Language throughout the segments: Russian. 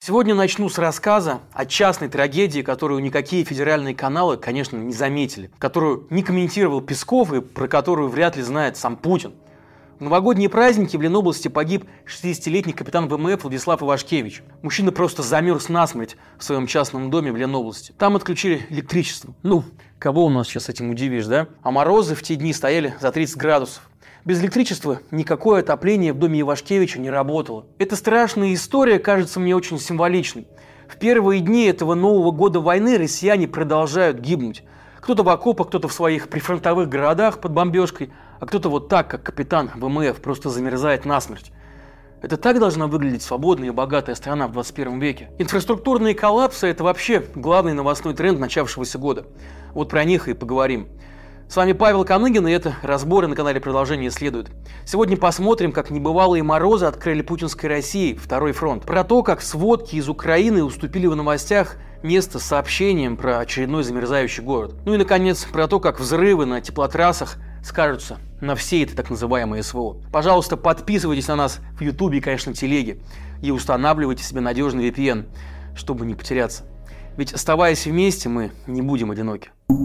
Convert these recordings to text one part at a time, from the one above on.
Сегодня начну с рассказа о частной трагедии, которую никакие федеральные каналы, конечно, не заметили, которую не комментировал Песков и про которую вряд ли знает сам Путин. В новогодние праздники в Ленобласти погиб 60-летний капитан ВМФ Владислав Ивашкевич. Мужчина просто замерз насмерть в своем частном доме в Ленобласти. Там отключили электричество. Кого у нас сейчас этим удивишь, да? А морозы в те дни стояли за 30 градусов. Без электричества никакое отопление в доме Ивашкевича не работало. Эта страшная история кажется мне очень символичной. В первые дни этого Нового года войны россияне продолжают гибнуть. Кто-то в окопах, кто-то в своих прифронтовых городах под бомбежкой, а кто-то вот так, как капитан ВМФ, просто замерзает насмерть. Это так должна выглядеть свободная и богатая страна в 21 веке. Инфраструктурные коллапсы – это вообще главный новостной тренд начавшегося года. Вот про них и поговорим. С вами Павел Коныгин, и это разборы на канале «Продолжение следует». Сегодня посмотрим, как небывалые морозы открыли путинской России второй фронт. Про то, как сводки из Украины уступили в новостях место с сообщением про очередной замерзающий город. И, наконец, про то, как взрывы на теплотрассах скажутся на всей этой так называемой СВО. Пожалуйста, подписывайтесь на нас в Ютубе и, конечно, телеге. И устанавливайте себе надежный VPN, чтобы не потеряться. Ведь, оставаясь вместе, мы не будем одиноки.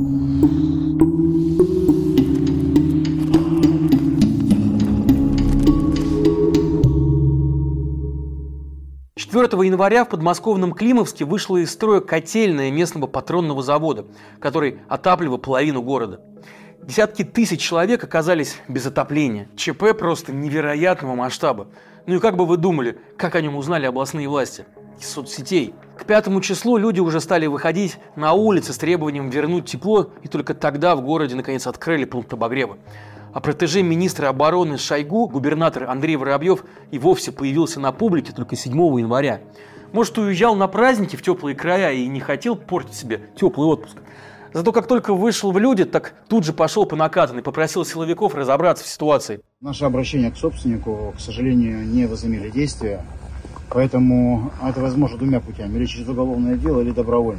4 января в подмосковном Климовске вышла из строя котельная местного патронного завода, который отапливал половину города. Десятки тысяч человек оказались без отопления. ЧП просто невероятного масштаба. И как бы вы думали, как о нем узнали областные власти? Из соцсетей. К 5 числу люди уже стали выходить на улицы с требованием вернуть тепло, и только тогда в городе наконец открыли пункт обогрева. А протеже министра обороны Шойгу, губернатор Андрей Воробьев, и вовсе появился на публике только 7 января. Может, уезжал на праздники в теплые края и не хотел портить себе теплый отпуск. Зато как только вышел в люди, так тут же пошел по накатанной, попросил силовиков разобраться в ситуации. Наше обращение к собственнику, к сожалению, не возымели действия. Поэтому это возможно двумя путями. Или через уголовное дело, или добровольно.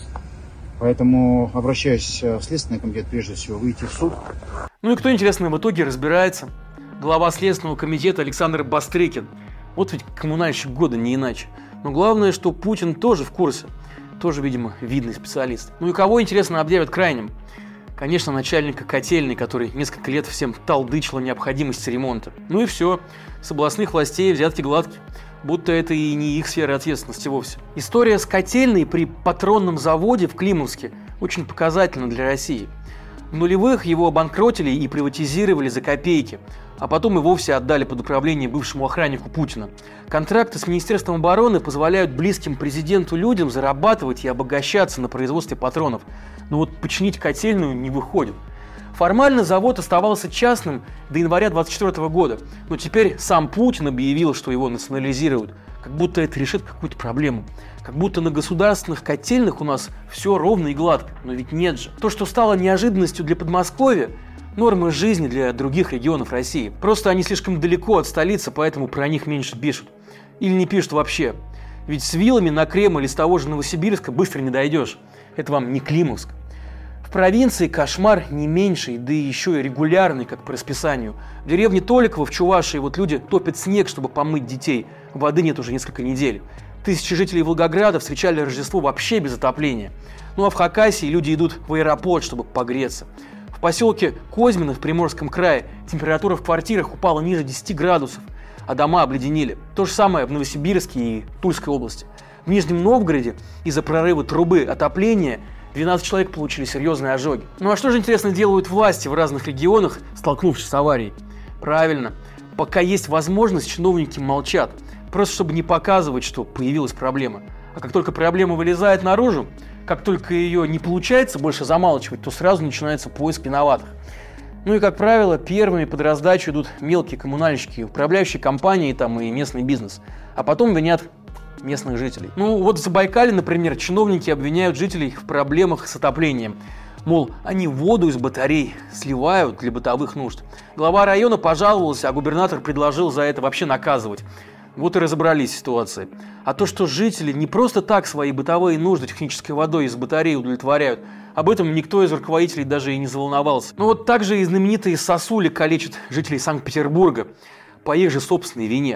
Поэтому обращаюсь в Следственный комитет, прежде всего, выйти в суд. И кто, интересно, в итоге разбирается? Глава Следственного комитета Александр Бастрыкин. Вот ведь коммунальщик года, не иначе. Но главное, что Путин тоже в курсе. Тоже, видимо, видный специалист. И кого, интересно, объявят крайним? Конечно, начальника котельной, который несколько лет всем толдычил о необходимости ремонта. И все. С областных властей взятки гладкие. Будто это и не их сфера ответственности вовсе. История с котельной при патронном заводе в Климовске очень показательна для России. В нулевых его обанкротили и приватизировали за копейки, а потом и вовсе отдали под управление бывшему охраннику Путина. Контракты с Министерством обороны позволяют близким президенту людям зарабатывать и обогащаться на производстве патронов. Но вот починить котельную не выходит. Формально завод оставался частным до января 2024 года, но теперь сам Путин объявил, что его национализируют, как будто это решит какую-то проблему. Как будто на государственных котельных у нас все ровно и гладко, но ведь нет же. То, что стало неожиданностью для Подмосковья, нормы жизни для других регионов России. Просто они слишком далеко от столицы, поэтому про них меньше пишут. Или не пишут вообще. Ведь с вилами на Кремль из того же Новосибирска быстро не дойдешь. Это вам не Климовск. В провинции кошмар не меньший, да и еще и регулярный, как по расписанию. В деревне Толиково в Чувашии люди топят снег, чтобы помыть детей. Воды нет уже несколько недель. Тысячи жителей Волгограда встречали Рождество вообще без отопления. А в Хакасии люди идут в аэропорт, чтобы погреться. В поселке Козьмино в Приморском крае температура в квартирах упала ниже 10 градусов, а дома обледенели. То же самое в Новосибирске и Тульской области. В Нижнем Новгороде из-за прорыва трубы отопления 12 человек получили серьезные ожоги. А что же, интересно, делают власти в разных регионах, столкнувшись с аварией? Правильно, пока есть возможность, чиновники молчат, просто чтобы не показывать, что появилась проблема. А как только проблема вылезает наружу, как только ее не получается больше замалчивать, то сразу начинается поиск виноватых. И, как правило, первыми под раздачу идут мелкие коммунальщики, управляющие компании и местный бизнес. А потом винят местных жителей. В Забайкале, например, чиновники обвиняют жителей в проблемах с отоплением. Мол, они воду из батарей сливают для бытовых нужд. Глава района пожаловался, а губернатор предложил за это вообще наказывать. Вот и разобрались в ситуации. А то, что жители не просто так свои бытовые нужды технической водой из батареи удовлетворяют, об этом никто из руководителей даже и не заволновался. Также и знаменитые сосули калечат жителей Санкт-Петербурга по их же собственной вине.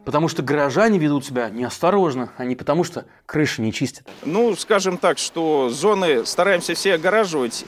Потому что горожане ведут себя неосторожно, а не потому что крыши не чистят. Ну, скажем так, что зоны стараемся все огораживать,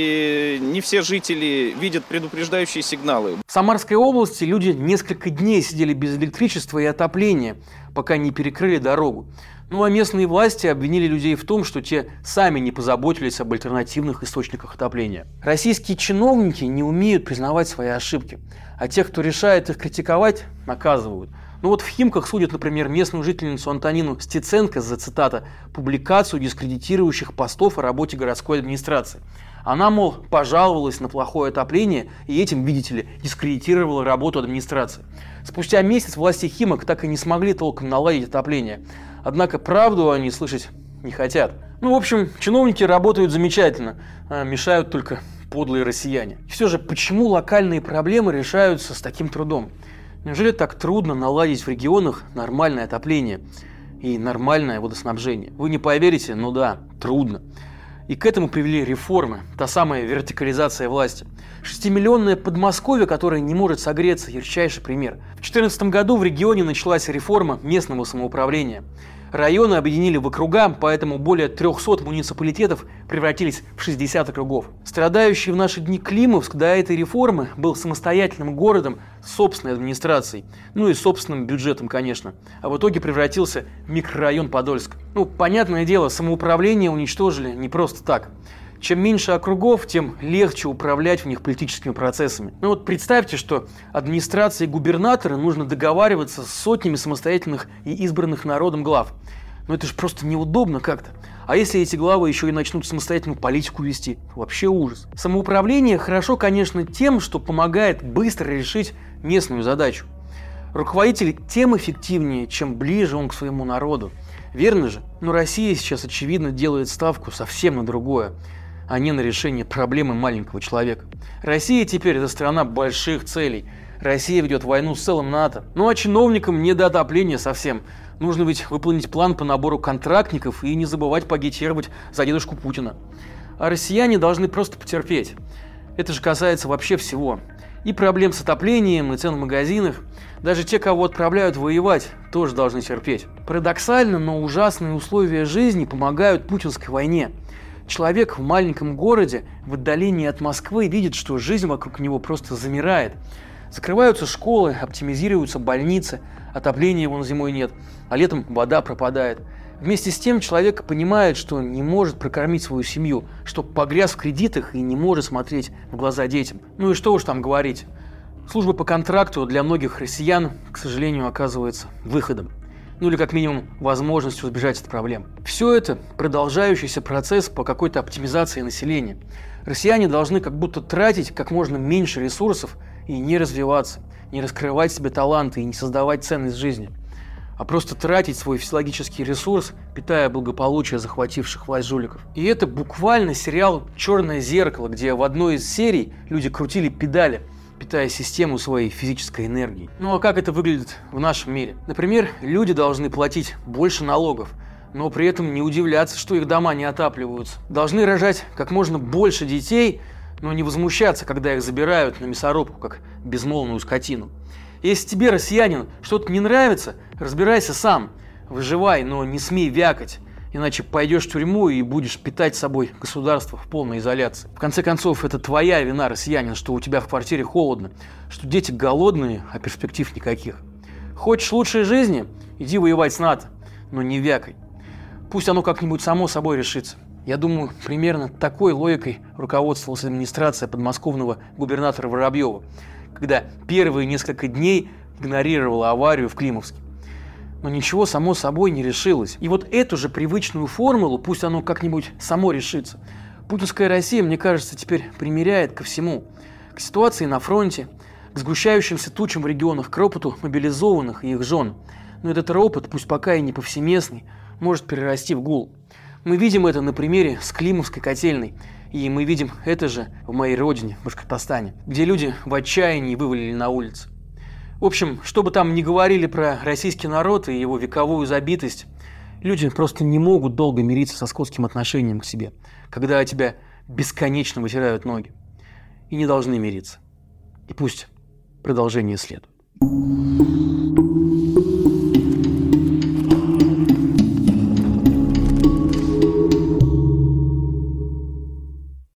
и не все жители видят предупреждающие сигналы. В Самарской области люди несколько дней сидели без электричества и отопления, пока не перекрыли дорогу. Ну а местные власти обвинили людей в том, что те сами не позаботились об альтернативных источниках отопления. Российские чиновники не умеют признавать свои ошибки, а тех, кто решает их критиковать, наказывают. Ну вот в Химках судят, например, местную жительницу Антонину Стеценко за, цитата, «публикацию дискредитирующих постов о работе городской администрации». Она, мол, пожаловалась на плохое отопление и этим, видите ли, дискредитировала работу администрации. Спустя месяц власти Химок так и не смогли толком наладить отопление. Однако правду они слышать не хотят. Ну, в общем, чиновники работают замечательно, а мешают только подлые россияне. И все же, почему локальные проблемы решаются с таким трудом? Неужели так трудно наладить в регионах нормальное отопление и нормальное водоснабжение? Вы не поверите, но да, трудно. И к этому привели реформы, та самая вертикализация власти. 6-миллионное Подмосковье, которое не может согреться, ярчайший пример. В 2014 году в регионе началась реформа местного самоуправления. Районы объединили в округа, поэтому более 300 муниципалитетов превратились в 60 округов. Страдающий в наши дни Климовск до этой реформы был самостоятельным городом с собственной администрацией, ну и собственным бюджетом, конечно, а в итоге превратился в микрорайон Подольск. Ну, понятное дело, самоуправление уничтожили не просто так. Чем меньше округов, тем легче управлять в них политическими процессами. Ну вот представьте, что администрации и губернаторы нужно договариваться с сотнями самостоятельных и избранных народом глав. Ну это же просто неудобно как-то. А если эти главы еще и начнут самостоятельную политику вести? Вообще ужас. Самоуправление хорошо, конечно, тем, что помогает быстро решить местную задачу. Руководитель тем эффективнее, чем ближе он к своему народу. Верно же? Но Россия сейчас, очевидно, делает ставку совсем на другое, а не на решение проблемы маленького человека. Россия теперь это страна больших целей. Россия ведет войну с целым НАТО. Ну а чиновникам не до отопления совсем. Нужно ведь выполнить план по набору контрактников и не забывать поагитировать за дедушку Путина. А россияне должны просто потерпеть. Это же касается вообще всего. И проблем с отоплением, и цен в магазинах. Даже те, кого отправляют воевать, тоже должны терпеть. Парадоксально, но ужасные условия жизни помогают путинской войне. Человек в маленьком городе, в отдалении от Москвы, видит, что жизнь вокруг него просто замирает. Закрываются школы, оптимизируются больницы, отопления вон зимой нет, а летом вода пропадает. Вместе с тем человек понимает, что не может прокормить свою семью, что погряз в кредитах и не может смотреть в глаза детям. Ну и что уж там говорить. Служба по контракту для многих россиян, к сожалению, оказывается выходом. Ну или как минимум возможностью избежать от проблем. Все это продолжающийся процесс по какой-то оптимизации населения. Россияне должны как будто тратить как можно меньше ресурсов и не развиваться, не раскрывать себе таланты и не создавать ценность жизни, а просто тратить свой физиологический ресурс, питая благополучие захвативших власть жуликов. И это буквально сериал «Черное зеркало», где в одной из серий люди крутили педали, питая систему своей физической энергией. Ну а как это выглядит в нашем мире? Например, люди должны платить больше налогов, но при этом не удивляться, что их дома не отапливаются. Должны рожать как можно больше детей, но не возмущаться, когда их забирают на мясорубку, как безмолвную скотину. Если тебе, россиянин, что-то не нравится, разбирайся сам, выживай, но не смей вякать. Иначе пойдешь в тюрьму и будешь питать собой государство в полной изоляции. В конце концов, это твоя вина, россиянин, что у тебя в квартире холодно, что дети голодные, а перспектив никаких. Хочешь лучшей жизни? Иди воевать с НАТО, но не вякай. Пусть оно как-нибудь само собой решится. Я думаю, примерно такой логикой руководствовалась администрация подмосковного губернатора Воробьева, когда первые несколько дней игнорировала аварию в Климовске. Но ничего само собой не решилось. И вот эту же привычную формулу, пусть оно как-нибудь само решится, путинская Россия, мне кажется, теперь примеряет ко всему. К ситуации на фронте, к сгущающимся тучам в регионах, к ропоту мобилизованных и их жен. Но этот ропот, пусть пока и не повсеместный, может перерасти в гул. Мы видим это на примере с Климовской котельной. И мы видим это же в моей родине, в Башкортостане, где люди в отчаянии вывалили на улицы. В общем, что бы там ни говорили про российский народ и его вековую забитость, люди просто не могут долго мириться со скотским отношением к себе, когда тебя бесконечно вытирают ноги. И не должны мириться. И пусть продолжение следует.